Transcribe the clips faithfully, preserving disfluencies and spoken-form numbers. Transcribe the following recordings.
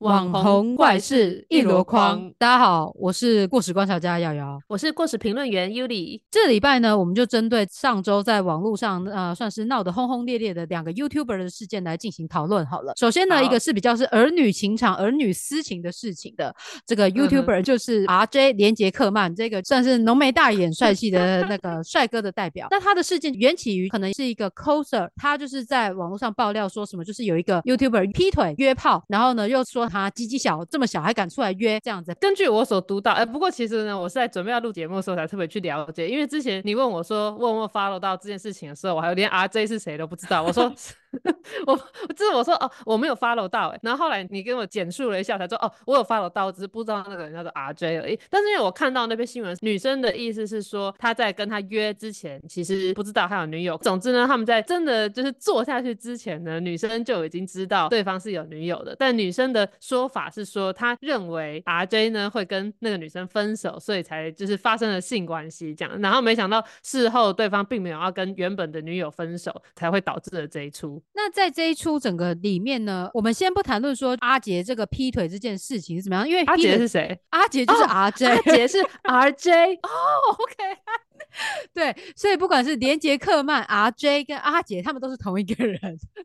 网红怪事一箩筐。大家好，我是过时观察家瑶瑶， 我是过时评论员 Yuli。 这礼拜呢，我们就针对上周在网络上呃算是闹得轰轰烈烈的两个 YouTuber 的事件来进行讨论好了。首先呢，一个是比较是儿女情长、儿女私情的事情的这个 YouTuber 就是 R J 连杰克曼，这个算是浓眉大眼、帅气的那个帅哥的代表。那他的事件缘起于可能是一个 coser， 他就是在网络上爆料说什么，就是有一个 YouTuber 劈腿约炮，然后呢又说他鸡鸡小，这么小还敢出来约这样子。 根据我所读到，哎、不过其实呢，我是在准备要录节目的时候才特别去了解，因为之前你问我说问我 follow 到这件事情的时候，我还有连 R J 是谁都不知道。我说我就是我说哦，我没有 follow 到、欸，然后后来你跟我简述了一下，才说哦，我有 follow 到，我只是不知道那个人叫做 R J 而已。但是因为我看到那篇新闻，女生的意思是说她在跟他约之前，其实不知道他有女友。总之呢，他们在真的就是做下去之前呢，女生就已经知道对方是有女友的。但女生的说法是说，她认为 R J 呢会跟那个女生分手，所以才就是发生了性关系这样。然后没想到事后对方并没有要跟原本的女友分手，才会导致了这一出。 那在这一出整个里面呢，我们先不谈论说阿杰这个劈腿这件事情是怎么样，因为阿劈腿杰是谁？ 阿杰就是哦， R J，、 阿杰是 R J。哦，OK。 对，所以不管是连杰克曼、R J 跟阿杰，他们都是同一个人。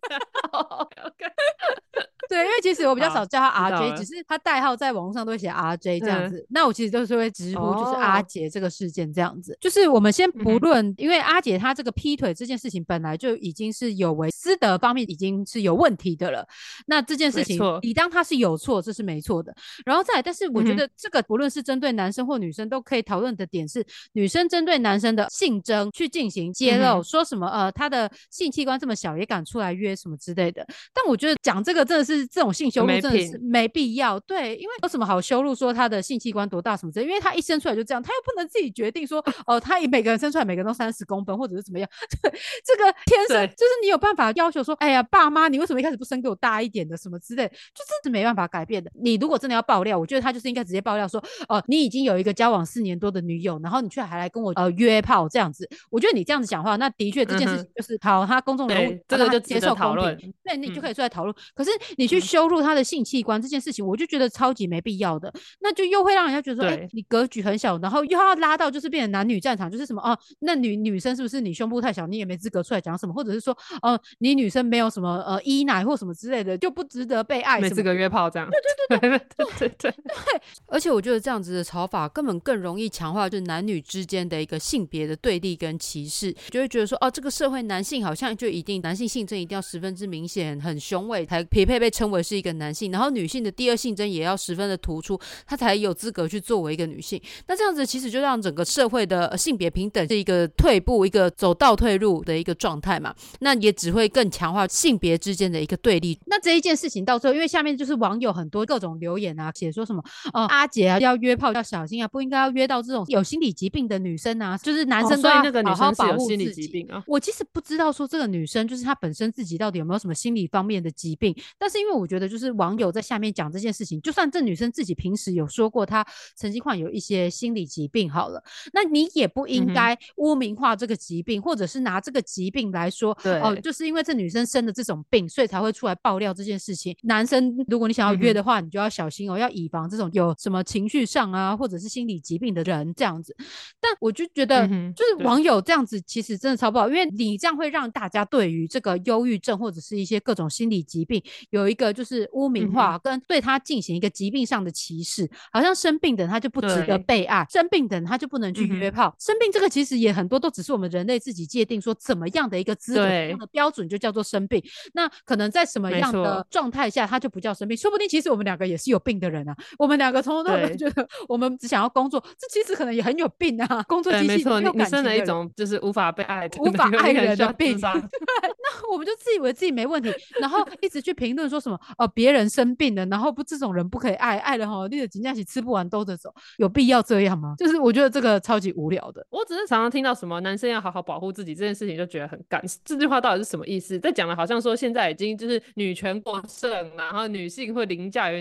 OK。 对，因为其实我比较少好， 叫他知 R J， 道了。 只是他代号在网络上都会写 R J 这样嗯。 子。那我其实都是会直呼就是阿哦。 杰这个事件这样子。就是我们先嗯哼。 不论，因为阿杰他这个劈腿这件事情本来就已经是有违私德方面已经是有问题的了。那这件事情， 没错。 理当他是有错，这是没错的。然后再来，但是我觉嗯哼。 得这个不论是针对男生或女生都可以讨论的点是，女生针对男生的性征去进行揭露， 嗯哼。 说什么呃他的性器官这么小也敢出来约什么之类的。但我觉得讲这个真的是这种性羞辱真的是没品。 没必要。对，因为有什么好羞辱说他的性器官多大什么之类，因为他一生出来就这样，他又不能自己决定说哦、呃，他每个人生出来每个人都三十公分或者是怎么样。对，这个天生对。 就是你有办法要求说，哎呀，爸妈你为什么一开始不生给我大一点的什么之类，就真是没办法改变的。你如果真的要爆料，我觉得他就是应该直接爆料说，哦、呃，你已经有一个交往四年多的女友，然后你却还来跟我呃约炮这样子。我觉得你这样子讲话，那的确这件事情嗯哼。 就是好，他公众人物对，这让他接个就值得受公平， 讨论。 对你就可嗯以出来讨论。可是你去嗯。 羞辱他的性器官这件事情，我就觉得超级没必要的。那就又会让人家觉得说，哎、 对。 你格局很小，然后又要拉到就是变成男女战场，就是什么哦、啊，那女女生是不是你胸部太小，你也没资格出来讲什么，或者是说，哦、呃，你女生没有什么呃依奶或什么之类的，就不值得被爱什么的。 没资格约炮这样。对对对对对。 而且我觉得这样子的吵法根本更容易强化就是男女之间的一个性别的对立跟歧视，就会觉得说哦，这个社会男性好像就一定男性性征一定要十分之明显很雄伟才匹配被称为是一个男性，然后女性的第二性征也要十分的突出，他才有资格去作为一个女性。那这样子其实就让整个社会的性别平等是一个退步，一个走倒退路的一个状态嘛，那也只会更强化性别之间的一个对立。那这一件事情到最后，因为下面就是网友很多各种留言啊，写说什么哦，阿杰啊要约炮要小心啊，不应该要约到这种有心理疾病的女生啊，就是男哦， 生都要所以那个女生是好好保有心理护自己。 疾病啊。 我其实不知道说这个女生就是她本身自己到底有没有什么心理方面的疾病，但是因为我觉得就是网友在下面讲这件事情，就算这女生自己平时有说过她曾经患有一些心理疾病好了，那你也不应该污名化这个疾病，或者是拿这个疾病来说哦， 对。 就是因为这女生生的这种病，所以才会出来爆料这件事情。男生如果你想要约的话，你就要小心哦，要以防这种有什么情绪上啊，或者是心理疾病的人这样子。但我就觉得， 嗯哼。 就是对。 网友这样子，其实真的超不好，因为你这样会让大家对于这个忧郁症或者是一些各种心理疾病有一个就是污名嗯哼。 化，跟对他进行一个疾病上的歧视，好像生病的人他就不值得对。 被爱，生病的人他就不能去嗯哼。 约炮。生病这个其实也很多都只是我们人类自己界定说怎么样的一个资格，怎么样对。 的标准就叫做生病。那可能在什么样的没错。 状态下他就不叫生病，说不定其实我们两个也是有病的人啊。我们两个从头到尾对。 觉得我们只想要工作，这其实可能也很有病啊。工作对， 机器没没错，你有你生了一感情的人， 种就是无法被爱的无法爱那个，你可能需要人的病。 自杀。 那我们就自以为自己没问题，然后一直去评论说什么哦，别人生病了，然后不这种人不可以爱，爱了哈，你的金假期吃不完兜着走，有必要这样吗？就是我觉得这个超级无聊的。 我只是常常听到什么男生要好好保护自己这件事情，就觉得很干。这句话到底是什么意思？在讲的好像说现在已经就是女权过剩，然后女性会凌驾于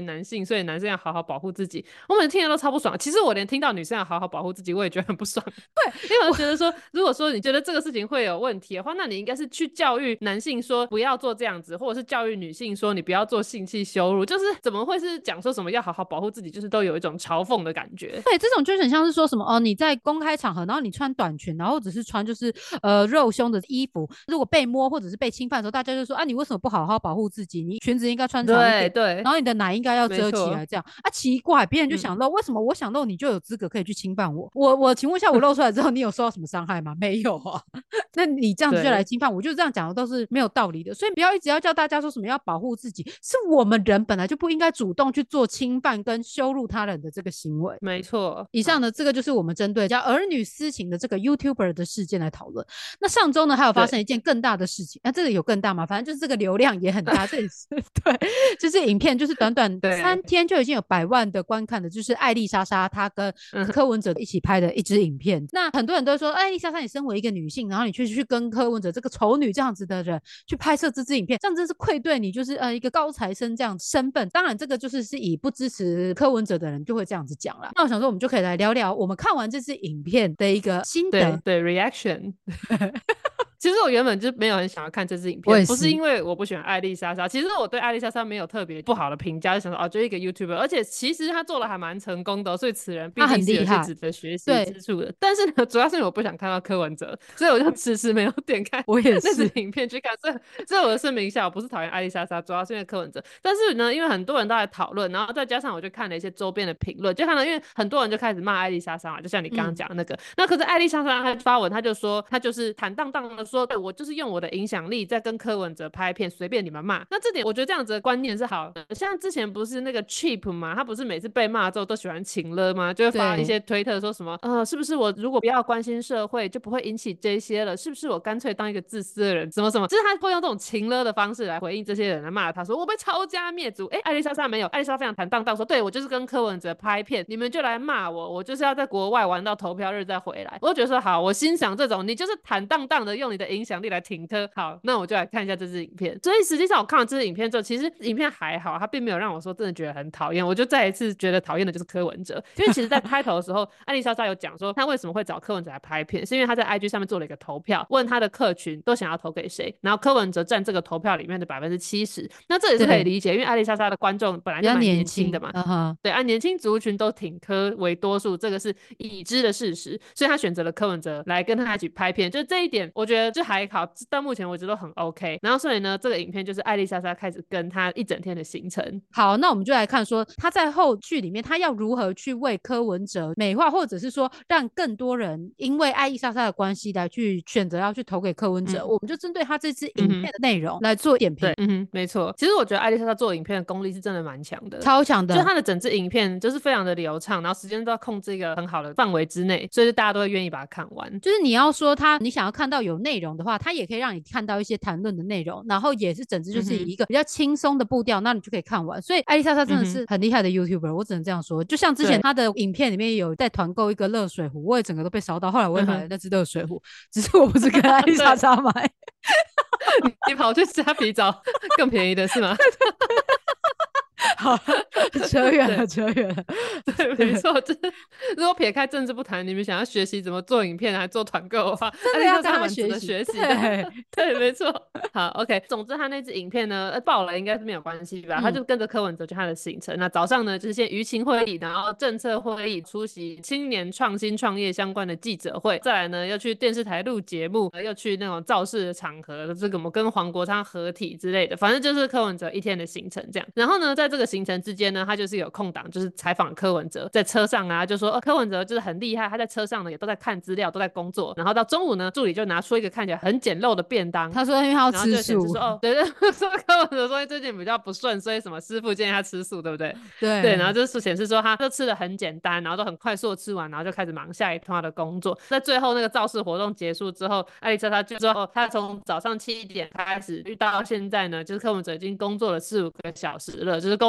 男性，所以男生要好好保护自己。我每次听的都超不爽，其实我连听到女生要好好保护自己我也觉得很不爽。对，因为我觉得说如果说你觉得这个事情会有问题的话，那你应该是去教育男性说不要做这样子，或者是教育女性说你不要做性器羞辱，就是怎么会是讲说什么要好好保护自己，就是都有一种嘲讽的感觉。 对，这种就很像是说什么哦，你在公开场合，然后你穿短裙，然后只是穿就是呃肉胸的衣服，如果被摸或者是被侵犯的时候，大家就说啊，你为什么不好好保护自己？你裙子应该穿长一点， 对对， 然后你的奶应该要遮起来，这样啊奇怪，别人就想到、嗯、为什么我想到你就有资格可以去侵犯我？我我请问一下，我露出来之后，你有受到什么伤害吗？没有啊，那你这样子就来侵犯我，就这样讲的都是没有道理的。所以不要一直要叫大家说什么要保护自己，是我们人本来就不应该主动去做侵犯跟羞辱他人的这个行为。 没错， 以上呢，这个就是我们针对叫儿女私情的这个 YouTuber 的事件来讨论。那上周呢，还有发生一件更大的事情，那、啊、这个有更大吗？反正就是这个流量也很大，这也是对，就是影片就是短短三天就已经有百万的观看的，就是艾丽莎莎她跟柯文哲一起拍的一支影片。嗯、那很多人都说，艾丽莎莎你身为一个女性，然后你去去跟柯文哲这个丑女这样子的人去拍摄这支影片，这样真是愧对你就是呃一个高材生这样身份。当然，这个就是是以不支持柯文哲的人就会这样子讲啦。那我想说，我们就可以来聊聊我们看完这支影片的一个心得， 对对 reaction 其实我原本就没有很想要看这支影片， 是不是因为我不喜欢艾丽莎莎，其实我对艾丽莎莎没有特别不好的评价，就想说哦，就一个 YouTuber， 而且其实他做的还蛮成功的，所以此人毕竟是有些值得学习之处的。但是呢，主要是因为我不想看到柯文哲，所以我就迟迟没有点开我也是那支影片去看。所以，所以我的声明一下，我不是讨厌艾丽莎莎，主要是因为柯文哲。但是呢，因为很多人都在讨论，然后再加上我就看了一些周边的评论，就看到因为很多人就开始骂艾丽莎莎嘛，就像你刚刚讲的那个、嗯。那可是艾丽莎莎她发文，她就说，她就是坦荡荡的说，对我就是用我的影响力在跟柯文哲拍片，随便你们骂。那这点我觉得这样子的观念是好的。像之前不是那个 Cheap 嘛，他不是每次被骂之后都喜欢情勒吗？就会发一些推特说什么呃，是不是我如果不要关心社会就不会引起这些了？是不是我干脆当一个自私的人？什么什么，就是他会用这种情勒的方式来回应这些人，来骂他说我被抄家灭族。哎，艾丽莎莎没有，艾丽莎莎非常坦荡荡说，对我就是跟柯文哲拍片，你们就来骂我，我就是要在国外玩到投票日再回来。我就觉得说好，我欣赏这种你就是坦荡荡的用你的影响力来挺柯。好，那我就来看一下这支影片。所以实际上我看了这支影片之后，其实影片还好，它并没有让我说真的觉得很讨厌。我就再一次觉得讨厌的就是柯文哲，因为其实在开头的时候艾丽莎莎有讲说她为什么会找柯文哲来拍片，是因为她在 I G 上面做了一个投票，问她的客群都想要投给谁，然后柯文哲占这个投票里面的百分之七十。那这也是可以理解，因为艾丽莎莎的观众本来就蛮年轻的嘛，uh-huh. 对啊，年轻族群都挺柯为多数，这个是已知的事实，所以她选择了柯文哲来跟她一起拍片，就这一点我觉得就还好，到目前为止都很 OK。 然后所以呢，这个影片就是艾丽莎莎开始跟她一整天的行程。 好，那我们就来看说她在后续里面她要如何去为柯文哲美化，或者是说让更多人因为艾丽莎莎的关系来去选择要去投给柯文哲、嗯、我们就针对她这支影片的内容来做点评、 嗯、对，嗯哼，没错。其实我觉得艾丽莎莎做影片的功力是真的蛮强的， 超强的， 就她的整支影片就是非常的流畅，然后时间都要控制一个很好的范围之内，所以大家都会愿意把它看完。 就是你要说她你想要看到有内容的话，她也可以让你看到一些谈论的内容，然后也是整支就是以一个比较轻松的步调、嗯、那你就可以看完。所以艾丽莎莎真的是很厉害的 YouTuber、嗯、我只能这样说。就像之前她的影片里面有在团购一个热水壶，我也整个都被烧到，后来我也买了那只热水壶、嗯、只是我不是跟艾丽莎莎买你跑去虾皮找更便宜的是吗？ 好，扯远了，扯远了。 对，没错。就是如果撇开政治不谈，你们想要学习怎么做影片还做团购的话， 真的要跟他学习。 学习对，对，没错。好 ，OK。总之，他那支影片呢，爆了应该是没有关系吧？嗯、他就跟着柯文哲去他的行程。那早上呢，就是先舆情会议，然后政策会议，出席青年创新创业相关的记者会，再来呢，又去电视台录节目，又去那种造势的场合，这个我们跟黄国昌合体之类的，反正就是柯文哲一天的行程这样。然后呢，在这个行程之间呢，他就是有空档，就是采访柯文哲，在车上啊，就说、哦、柯文哲就是很厉害，他在车上呢也都在看资料，都在工作。然后到中午呢，助理就拿出一个看起来很简陋的便当， 他说因为他要吃素， 说哦，对对，说柯文哲说最近比较不顺，所以什么师傅建议他吃素，对不对？ 对对，然后就是显示说他就吃的很简单，然后都很快速的吃完，然后就开始忙下一通他的工作。在最后那个造势活动结束之后，艾丽莎莎就说、哦、他从早上七点开始遇到现在呢，就是柯文哲已经工作了四五个小时了，就是工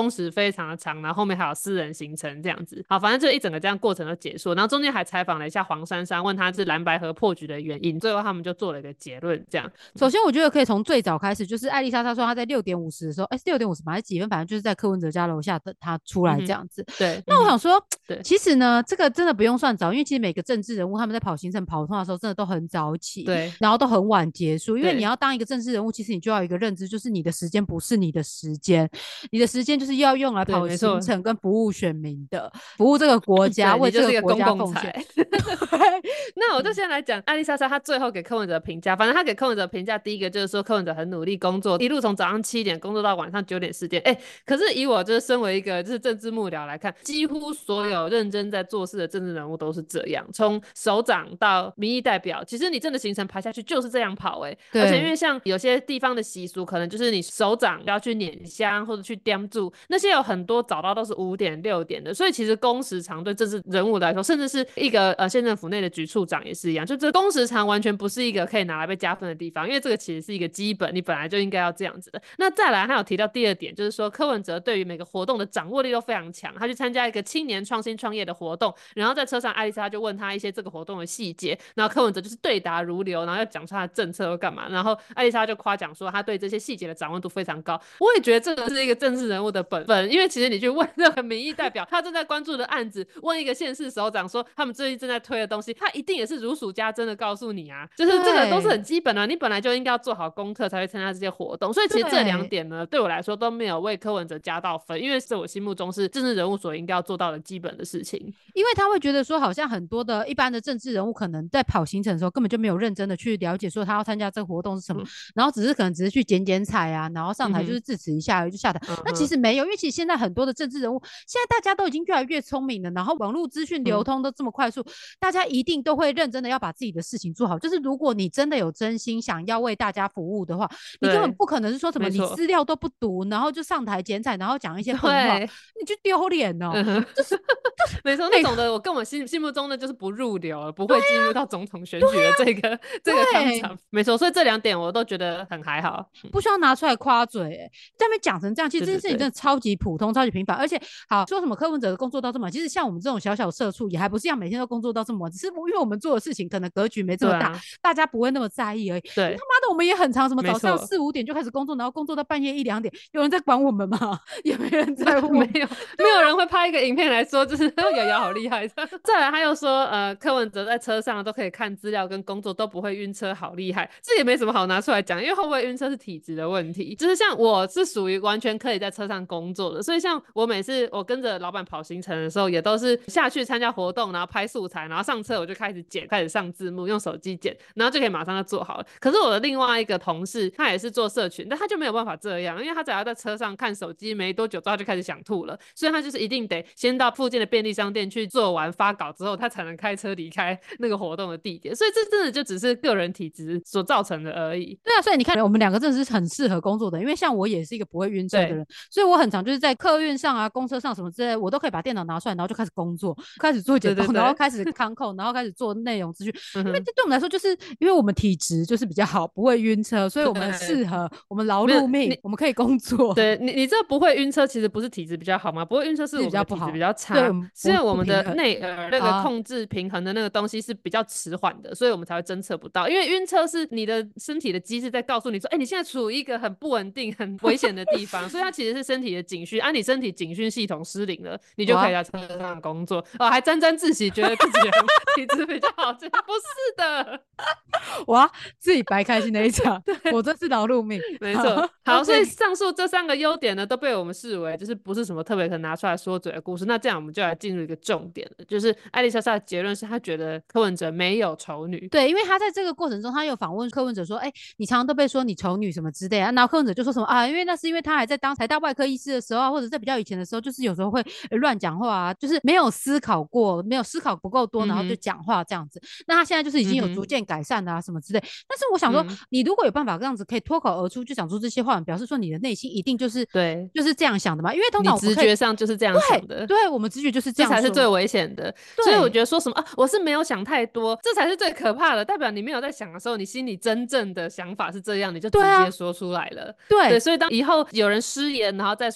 工时非常的长，然后后面还有私人行程这样子。好，反正就一整个这样过程都结束，然后中间还采访了一下黄珊珊，问他是蓝白合破局的原因，最后他们就做了一个结论这样。 首先我觉得可以从最早开始，就是艾丽莎她说她在六点五十的时候，哎，六点五十还是几分，反正就是在柯文哲家楼下等他出来这样子。 嗯、对， 那我想说， 对， 其实呢，这个真的不用算早，因为其实每个政治人物他们在跑行程跑通的时候，真的都很早起， 对， 然后都很晚结束。因为你要当一个政治人物，其实你就要有一个认知，就是你的时间不是你的时间，你的时间就是要用来跑行程跟服务选民的，服务这个国家，为这个国家贡献。 那我就先来讲艾丽莎莎她最后给柯文哲的评价。反正她给柯文哲评价，第一个就是说柯文哲很努力工作，一路从早上七点工作到晚上九点十点。哎，可是以我就是身为一个就是政治幕僚来看，几乎所有认真在做事的政治人物都是这样，从首长到民意代表，其实你真的行程排下去就是这样跑。哎，而且因为像有些地方的习俗，可能就是你首长要去捻香或者去掂住，那些有很多早到都是五点六点的，所以其实工时长对政治人物来说，甚至是一个呃县政府内的局处长也是一样，就这工时长完全不是一个可以拿来被加分的地方，因为这个其实是一个基本，你本来就应该要这样子的。那再来，他有提到第二点，就是说柯文哲对于每个活动的掌握力都非常强。他去参加一个青年创新创业的活动，然后在车上艾丽莎就问他一些这个活动的细节，然后柯文哲就是对答如流，然后要讲出他的政策或干嘛，然后艾丽莎就夸奖说他对这些细节的掌握度非常高。我也觉得这个是一个政治人物的本分，因为其实你去问任何民意代表他正在关注的案子，问一个县市首长说他们最近正在推的东西，他一定也是如数家珍的告诉你啊，就是这个都是很基本的、啊，你本来就应该要做好功课才会参加这些活动。所以其实这两点呢，对我来说都没有为柯文哲加到分，因为在我心目中是政治人物所应该要做到的基本的事情。 因为他会觉得说，好像很多的一般的政治人物可能在跑行程的时候，根本就没有认真的去了解说他要参加这个活动是什么，嗯、然后只是可能只是去剪剪彩啊，然后上台就是致辞一下、嗯、就下台、嗯。那其实没有，因为其实现在很多的政治人物，现在大家都已经越来越聪明了，然后网络资讯流通都这么快速、嗯，大家一定都会认真的要把自己的事情做好。就是如果你真的有真心想要为大家服务的话，你根本不可能是说什么你资料都不读，然后就上台剪彩，然后讲一些狠话，你就丢脸哦。嗯、就是没错，那种的我跟我心心目中的就是不入流，不会进入到总统选举的这个、啊、这个场场。没错，所以这两点我都觉得很还好， 不需要拿出来夸嘴、欸。在那边讲成这样，其实这件事情真的超级普通、对对对超级平凡。而且，好说什么柯文哲的工作到这么晚，其实像我们这种小小社畜，也还不是要每天都工作到这么晚，只是因为我们做的事情可能格局没这么大，啊、大家不会那么在意而已。 对， 他妈的，我们也很常，什么早上四五点就开始工作，然后工作到半夜一两点，有人在管我们吗？也没人在乎， 没有，没有人会拍一个影片来说，就是瑶瑶好厉害。再来，他又说，呃，柯文哲在车上都可以看资料跟工作都不会晕车，好厉害。这也没什么好拿出来讲，因为会不会晕车是体质的问题。就是像我是属于完全可以在车上工作的，所以像我每次我跟着老板跑行程的时候，也都是下去参加活动，然后拍素材，然后上车我就开始剪，开始上字幕，用手机剪，然后就可以马上就做好了。可是我的另外一个同事，他也是做社群，但他就没有办法这样，因为他只要在车上看手机，没多久之后就开始想吐了，所以他就是一定得先到附近的便利商店去做完发稿之后，他才能开车离开那个活动的地点。所以这真的就只是个人体质所造成的而已。 对啊，所以你看我们两个真的是很适合工作的，因为像我也是一个不会晕车的人，所以我很常就是在客运上啊、公车上什么之类，我都可以把电脑拿出来，然后就开始工作，开始做简报，然后开始看扣，然后开始做内容资讯。因为这对我们来说，就是因为我们体质就是比较好，不会晕车，所以我们适合，我们劳碌命，我们可以工作。 对你，你这不会晕车，其实不是体质比较好吗？不会晕车是我们的体质比较差，是因为我们的内耳那个控制平衡的那个东西是比较迟缓的，所以我们才会侦测不到。因为晕车是你的身体的机制在告诉你说，哎、欸，你现在处于一个很不稳定、很危险的地方，所以它其实是身体的警讯。啊，你身体警讯系统失灵了，你就可以在车上工作。哦，还沾沾自喜，觉得自己体质比较好，这不是的。 哇，自己白开心那一场，我真是劳碌命。 没错，好，所以上述这三个优点呢，都被我们视为就是不是什么特别可能拿出来说嘴的故事。那这样我们就来进入一个重点了，就是艾丽莎莎的结论是她觉得柯文哲没有丑女。 对，因为她在这个过程中，她有访问柯文哲说，哎、欸，你常常都被说你丑女什么之类啊，然后柯文哲就说什么啊，因为那是因为他还在当台大外科医师的时候啊，或者在比较以前的时候，就是有时候会乱讲话啊，就是没有思考过，没有思考不够多，然后就讲话这样子。嗯、那他现在就是已经有逐渐改善的啊，什么之类。但是我想说、嗯，你如果有办法这样子可以脱口而出就讲出这些话，表示说你的内心一定就是对， 就是这样想的嘛。因为通常我们直觉上就是这样想的， 对，对我们直觉就是这样， 这才是最危险的。所以我觉得说什么啊，我是没有想太多，这才是最可怕的。代表你没有在想的时候，你心里真正的想法是这样，你就直接说出来了。对，啊、对，所以当以后有人失言，然后再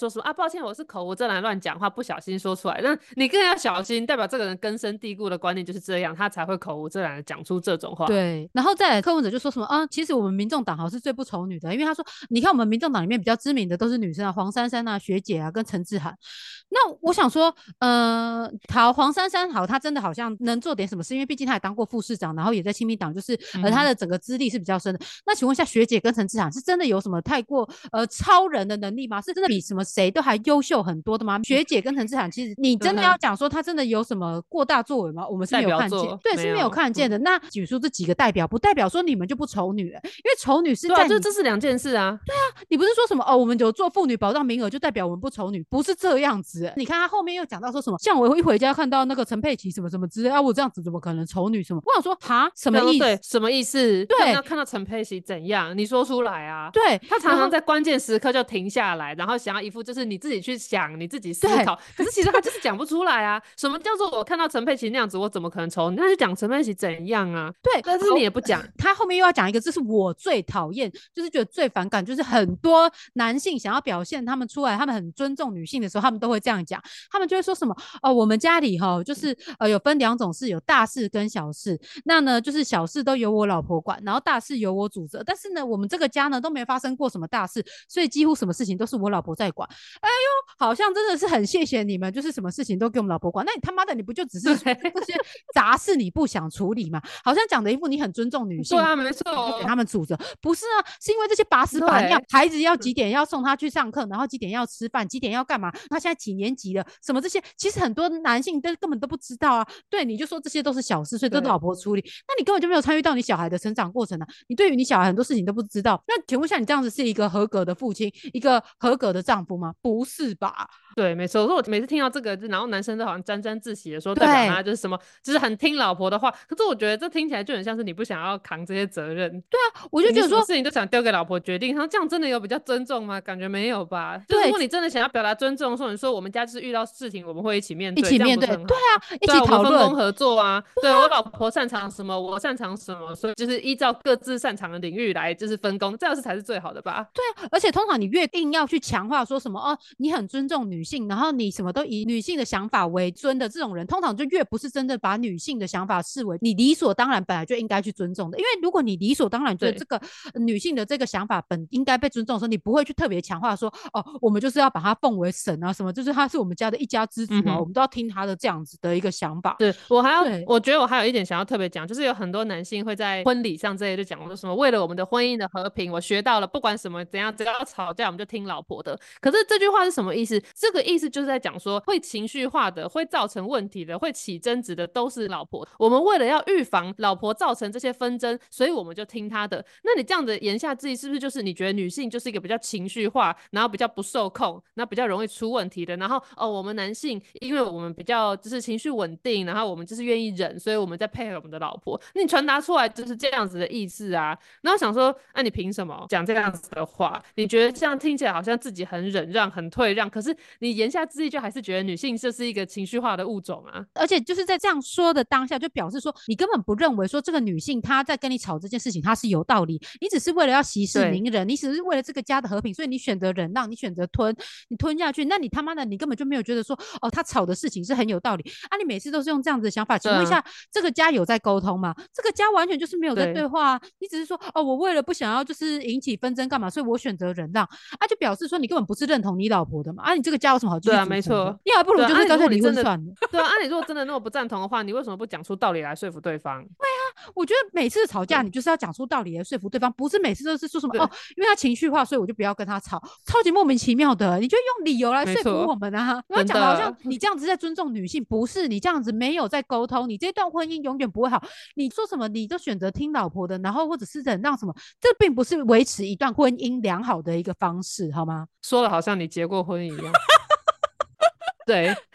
说什么啊，抱歉，我是口无遮拦乱讲话，不小心说出来。那你更要小心，代表这个人根深蒂固的观念就是这样，他才会口无遮拦的讲出这种话。 对，然后再来柯文哲就说什么啊，其实我们民众党好像是最不丑女的，因为他说你看我们民众党里面比较知名的都是女生啊，黄珊珊啊、学姐啊跟陈志涵。那我想说，呃，好，黄珊珊好，她真的好像能做点什么事，因为毕竟她也当过副市长，然后也在亲民党，就是呃她的整个资历是比较深的。那请问一下，学姐跟陈志涵是真的有什么太过呃超人的能力吗？是真的比什么谁都还优秀很多的吗？学姐跟陈志涵，其实你真的要讲说她真的有什么过大作为吗？我们是没有看见，对，是没有看见的。那举出这几个代表，不代表说你们就不丑女、欸，因为丑女是在对啊，就这是两件事啊。 对啊，你不是说什么哦，我们有做妇女保障名额，就代表我们不丑女，不是这样子、欸。你看他后面又讲到说什么，像我一回家看到那个陈佩琪什么什么之类啊，我这样子怎么可能丑女什么？我想说哈，什么意思？ 对，什么意思？ 对， 要看到陈佩琪怎样，你说出来啊。 对， 他常常在关键时刻就停下来，然后想要一副就是你自己去想，你自己思考。可是其实他就是讲不出来啊。什么叫做我看到陈佩琪那样子，我怎么可能丑？那就讲陈佩琪怎样啊？ 对， 但是你也不讲。 他后面又要讲一个，这是我最讨厌，就是觉得最反感，就是很多男性想要表现他们出来，他们很尊重女性的时候，他们都会这样讲，他们就会说什么哦，我们家里哈就是呃有分两种事，有大事跟小事，那呢就是小事都由我老婆管，然后大事由我主责，但是呢我们这个家呢都没发生过什么大事，所以几乎什么事情都是我老婆在管。哎呦，好像真的是很谢谢你们，就是什么事情都给我们老婆管，那你他妈的你不就只是这些杂事你不想处理吗？好像讲的一副你很尊重女性， 对啊，没错， 给他们主责，不是啊，是因为这些把屎把尿，孩子要几点要送他去上课，然后几点要吃饭，几点要干嘛？他现在几年级了？什么这些，其实很多男性都根本都不知道啊。对，你就说这些都是小事，所以都是老婆处理，那你根本就没有参与到你小孩的成长过程啊。你对于你小孩很多事情都不知道，那请问一下，你这样子是一个合格的父亲，一个合格的丈夫吗？不是吧？ 对，没错。我每次听到这个，然后男生都好像沾沾自喜的说，代表他就是什么，就是很听老婆的话。可是我觉得这听起来就很像是你不想要扛这些责任。 对啊，我就觉得说， 什么事情都想丢给老婆决定，然后这样真的有比较尊重吗？感觉没有吧。对，就如果你真的想要表达尊重，说你说我们家就是遇到事情我们会一起面对， 一起面对，对啊，一起讨论， 分工合作啊。对，我老婆擅长什么，我擅长什么，所以就是依照各自擅长的领域来就是分工，这样是才是最好的吧。 对啊，而且通常你越硬要去强化说什么哦，你很尊重女性，然后你什么都以女性的想法为尊的这种人，通常就越不是真的把女性的想法视为你理所当然本来就应该去尊重的。因为如果你理所当然觉得这个女性的这个想法本应该被尊重的时候，你不会去特别强化说哦，我们就是要把她奉为神啊，什么就是她是我们家的一家之主啊，嗯、我们都要听她的这样子的一个想法。 对，我还要，我觉得我还有一点想要特别讲，就是有很多男性会在婚礼上这里就讲说什么，为了我们的婚姻的和平，我学到了，不管什么怎样，只要吵架我们就听老婆的。可是这句话是什么意思？这个意思就是在讲说，会情绪化的、会造成问题的、会起争执的都是老婆。我们为了要预防老婆造成这些纷争，所以我们就听她的。那你这样的言下之意，是不是就是你觉得女性就是一个比较情绪化，然后比较不受控，然后比较容易出问题的？然后哦，我们男性因为我们比较就是情绪稳定，然后我们就是愿意忍，所以我们在配合我们的老婆。那你传达出来就是这样子的意思啊。然后想说，那、啊、你凭什么讲这样子的话？你觉得这样听起来好像自己很忍让、很退让，可是你言下之意就还是觉得女性就是一个情绪化的物种啊。 而且就是在这样说的当下，就表示说你根本不认为说这个女性她在跟你吵这件事情她是有道理，你只是为了要息事宁人，你只是为了这个家的和平，所以你选择忍让，你选择吞，你吞下去，那你他妈的你根本就没有觉得说哦，她吵的事情是很有道理啊！你每次都是用这样子的想法，请问一下，啊、这个家有在沟通吗？这个家完全就是没有在对话、啊，你只是说哦，我为了不想要就是引起纷争干嘛，所以我选择忍让啊，就表示说你根本不是认同你老婆的嘛啊！你这个家有什么好继续组成的？对啊，没错，你还不如就是干脆离婚算了。 对啊，啊你如果真的那么不赞同的话，你为什么不讲出道理来说服对方？ 对啊，我觉得每次吵架你就是要讲出道理来说服对方，不是每次都是说什么哦，因为他情绪化，所以我就不要跟他吵，超级莫名其妙的。你就用理由来说服我们啊！你要讲的好像你这样子在尊重女性，不是你这样子没有在沟通，你这段婚姻永远不会好。你说什么你都选择听老婆的，然后或者是忍让什么，这并不是维持一段婚姻良好的一个方式，好吗？ 说的好像你结过婚一样。对，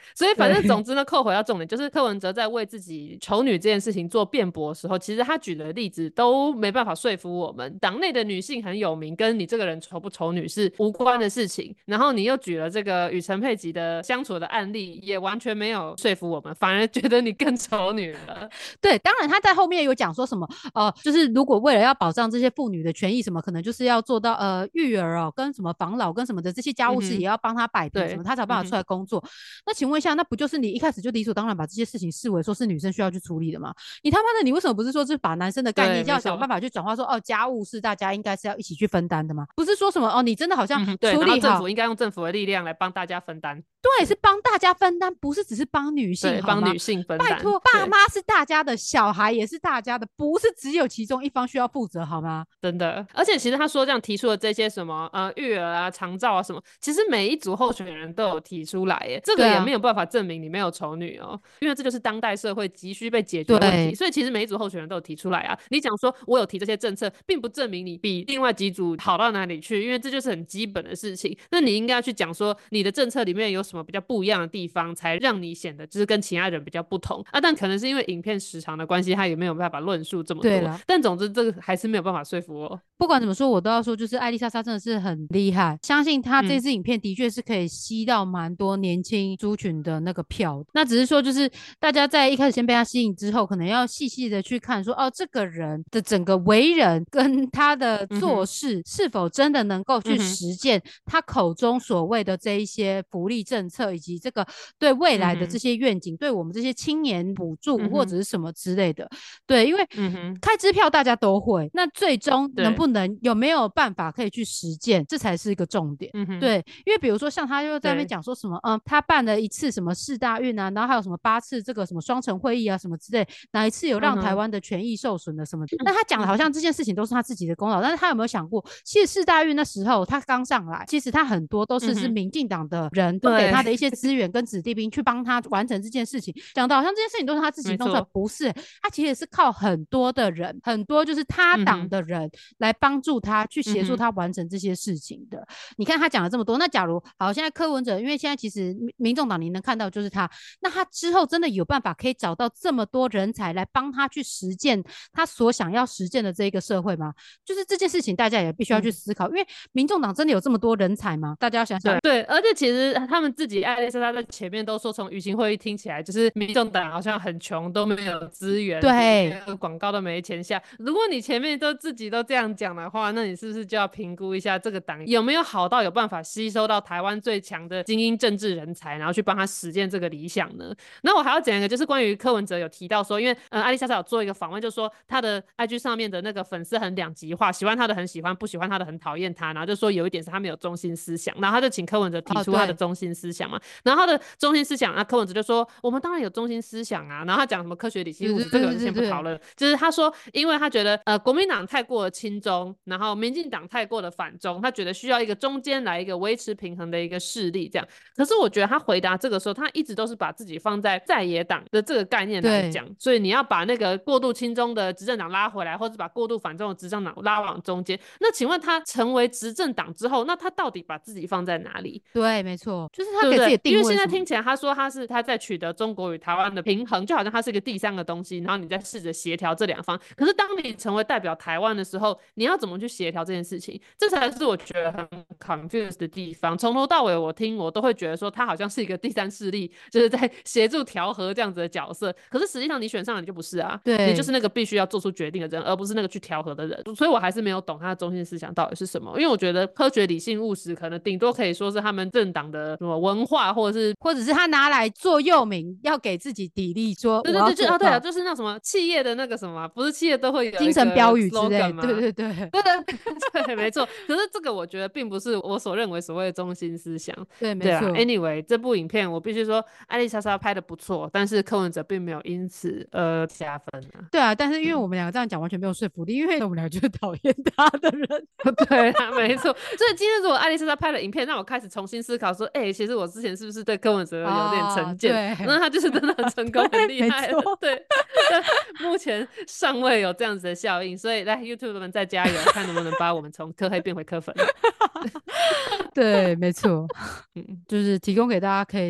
所以反正总之呢，扣回到重点，就是柯文哲在为自己丑女这件事情做辩驳的时候，其实他举的例子都没办法说服我们。党内的女性很有名，跟你这个人丑不丑女是无关的事情。然后你又举了这个与陈佩琪的相处的案例，也完全没有说服我们，反而觉得你更丑女了。 对，当然他在后面有讲说什么，呃，就是如果为了要保障这些妇女的权益，什么可能就是要做到呃育儿哦，跟什么防老跟什么的这些家务事也要帮他摆平，什么他才有办法出来工作。嗯、那请问一下，那不就是你一开始就理所当然把这些事情视为说是女生需要去处理的吗？你他妈的，你为什么不是说是把男生的概念要想办法去转化说，哦，家务是大家应该是要一起去分担的吗？不是说什么哦，你真的好像处理好， 嗯、对，政府应该用政府的力量来帮大家分担。 对，是帮大家分担，不是只是帮女性， 帮女性分担。 拜托，爸妈是大家的，小孩也是大家的，不是只有其中一方需要负责，好吗？ 真的。而且其实他说这样提出的这些什么呃育儿啊、长照啊什么，其实每一组候选人都有提出来耶，这个也没有办法证明你没有丑女哦，因为这就是当代社会急需被解决的问题。所以其实每一组候选人都有提出来啊。你讲说我有提这些政策，并不证明你比另外几组好到哪里去，因为这就是很基本的事情。那你应该要去讲说你的政策里面有什么比较不一样的地方，才让你显得就是跟其他人比较不同啊。但可能是因为影片时长的关系，他也没有办法论述这么多。但总之这个还是没有办法说服我。 不管怎么说，我都要说，就是艾丽莎莎真的是很厉害，相信她这支影片的确是可以吸到蛮多年轻族群的那个票。那只是说，就是大家在一开始先被她吸引之后，可能要细细的去看说，哦，这个人的整个为人跟他的做事、嗯、是否真的能够去实践他口中所谓的这一些福利政策，以及这个对未来的这些愿景，嗯、对我们这些青年补助或者是什么之类的。嗯、对，因为开支票大家都会，那最终能不能有没有办法可以去实践，这才是一个重点。嗯、对，因为比如说像他又在那边讲说什么，嗯，他办了一次什么世大运啊，然后还有什么八次这个什么双城会议啊什么之类，哪一次有让台湾的权益受损的什么？嗯、那他讲的好像这件事情都是他自己的功劳，但是他有没有想过，其实世大运那时候他刚上来，其实他很多都是、嗯、是民进党的人都给他的一些资源跟子弟兵去帮他完成这件事情，讲的好像这件事情都是他自己弄出来，不是，他其实是靠很多的人，很多就是他党的人来帮助他去协助他完成这些事情的。嗯、你看他讲了这么多，那假如好，现在柯文哲，因为现在其实民众党你能看到就是他，那他之后真的有办法可以找到这么多人才来帮他去实践他所想要实践的这一个社会吗？就是这件事情大家也必须要去思考，嗯、因为民众党真的有这么多人才吗？大家要想想。 对，对，而且其实他们自己艾丽莎莎在前面都说，从舆情会议听起来就是民众党好像很穷，都没有资源，对，广告都没钱下。如果你前面都自己都这样讲的话，那你是不是就要评估一下这个党有没有好到有办法吸收到台湾最强的精英政治人才，然后去帮他实践这个理想呢？那我还要讲一个，就是关于柯文哲有提到说，因为呃艾丽莎莎有做一个访问，就说他的 I G 上面的那个粉丝很两极化，喜欢他的很喜欢，不喜欢他的很讨厌他，然后就说有一点是他没有中心思想，然后他就请柯文哲提出他的中心思想嘛，哦、然后他的中心思想，那柯文哲就说我们当然有中心思想啊，然后他讲什么科学理性务实，这个先不讨论，就是他说因为他觉得呃国民党太过亲中，然后民进党太过的反中，他觉得需要一个中间来一个维持平衡的一个势力这样。可是我觉得他回答这个时候，他一直都是把自己放在在野党的这个概念来讲，所以你要把那个过度亲中的执政党拉回来，或者把过度反中的执政党拉往中间。那请问他成为执政党之后，那他到底把自己放在哪里？ 对，没错，就是他给自己定位。 因为现在听起来他说他是他在取得中国与台湾的平衡，就好像他是一个第三个东西，然后你在试着协调这两方。可是当你成为代表台湾的时候，你要怎么去协调这件事情？这才是我觉得很 confused 的地方。从头到尾我听我都会觉得说他好像是一个第三势力，就是在协助调和这样子的角色。可是实际上你选上了你就不是啊，对，你就是那个必须要做出决定的人，而不是那个去调和的人。所以我还是没有懂他的中心思想到底是什么。因为我觉得科学理性务实可能顶多可以说是他们政党的什么文化，或者是或者是他拿来座右铭，要给自己砥砺说对对对对啊对啊，就是那什么企业的那个什么，不是企业都会有精神标语之类的，对对对对对对没错。可是这个我觉得并不是我所认为所谓的中心思想。 对没错、啊、 anyway 这部影片我必须说艾丽莎莎拍的不错，但是柯文哲并没有因此呃加分啊。 对啊，但是因为我们两个这样讲完全没有说服力，因为我们两个就是讨厌他的人对啊没错。所以今天如果艾丽莎莎拍了影片让我开始重新思考说哎、欸，其实我之前是不是对柯文哲有点成见、哦、那他就是真的很成功很厉害的对，但目前尚未有这样子的效应，所以来 YouTube 们再加油看能不能把我们从柯黑变回柯粉对没错就是提供给大家可以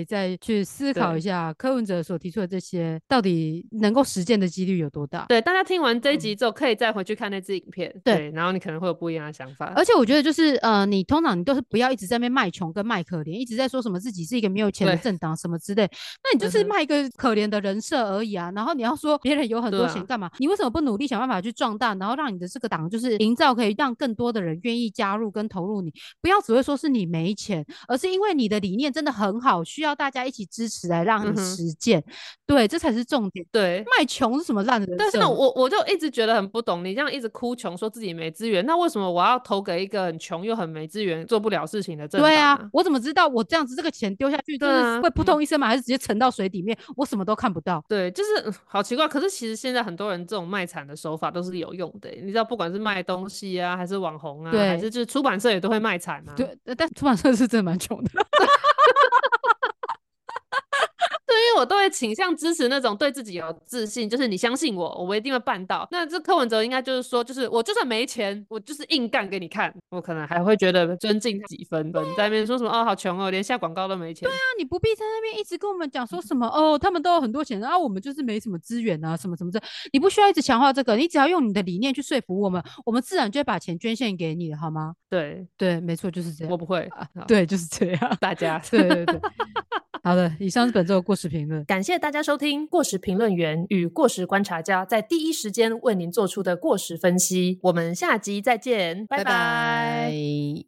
再去思考一下柯文哲所提出的这些到底能够实践的几率有多大。 对，大家听完这一集之后、嗯、可以再回去看那支影片， 对, 对，然后你可能会有不一样的想法。 而且我觉得就是呃，你通常你都是不要一直在那边卖穷跟卖可怜，一直在说什么自己是一个没有钱的政党什么之类，那你就是卖一个可怜的人设而已啊、嗯、然后你要说别人有很多钱干嘛、啊、你为什么不努力想办法去壮大，然后让你的这个党就是营造可以让更多的人愿意加入跟投入你，不要只会说是你没钱，而是因为你的理念真的很好，需要大家一起支持来让你实践、嗯、对，这才是重点。 对， 卖穷是什么烂的人设？ 但是我我就一直觉得很不懂，你这样一直哭穷说自己没资源，那为什么我要投给一个很穷又很没资源做不了事情的政党、啊、 对啊，我怎么知道我这样子这个钱丢下去就是会扑通一声吗、啊、还是直接沉到水里面，我什么都看不到。 对，就是好奇怪。可是其实现在很多人这种卖惨的手法都是有用的，你知道不管是卖东西啊还是网红啊，还是就是出版社也都会卖惨啊。 对，但出版社是真的蛮穷的对，因为我都会倾向支持那种对自己有自信，就是你相信我我一定会办到。那这柯文哲应该就是说，就是我就算没钱我就是硬干给你看，我可能还会觉得尊敬几分。在那边说什么哦好穷哦，连下广告都没钱。 对啊，你不必在那边一直跟我们讲说什么哦他们都有很多钱啊，我们就是没什么资源啊什么什么的，你不需要一直强化这个，你只要用你的理念去说服我们，我们自然就会把钱捐献给你好吗？ 对对，没错，就是这样。 我不会、 啊、对，就是这样。 大家对对对好的，以上是本周的过时评论， 感谢大家收听过时评论员与过时观察家在第一时间为您做出的过时分析，我们下集再见，拜拜。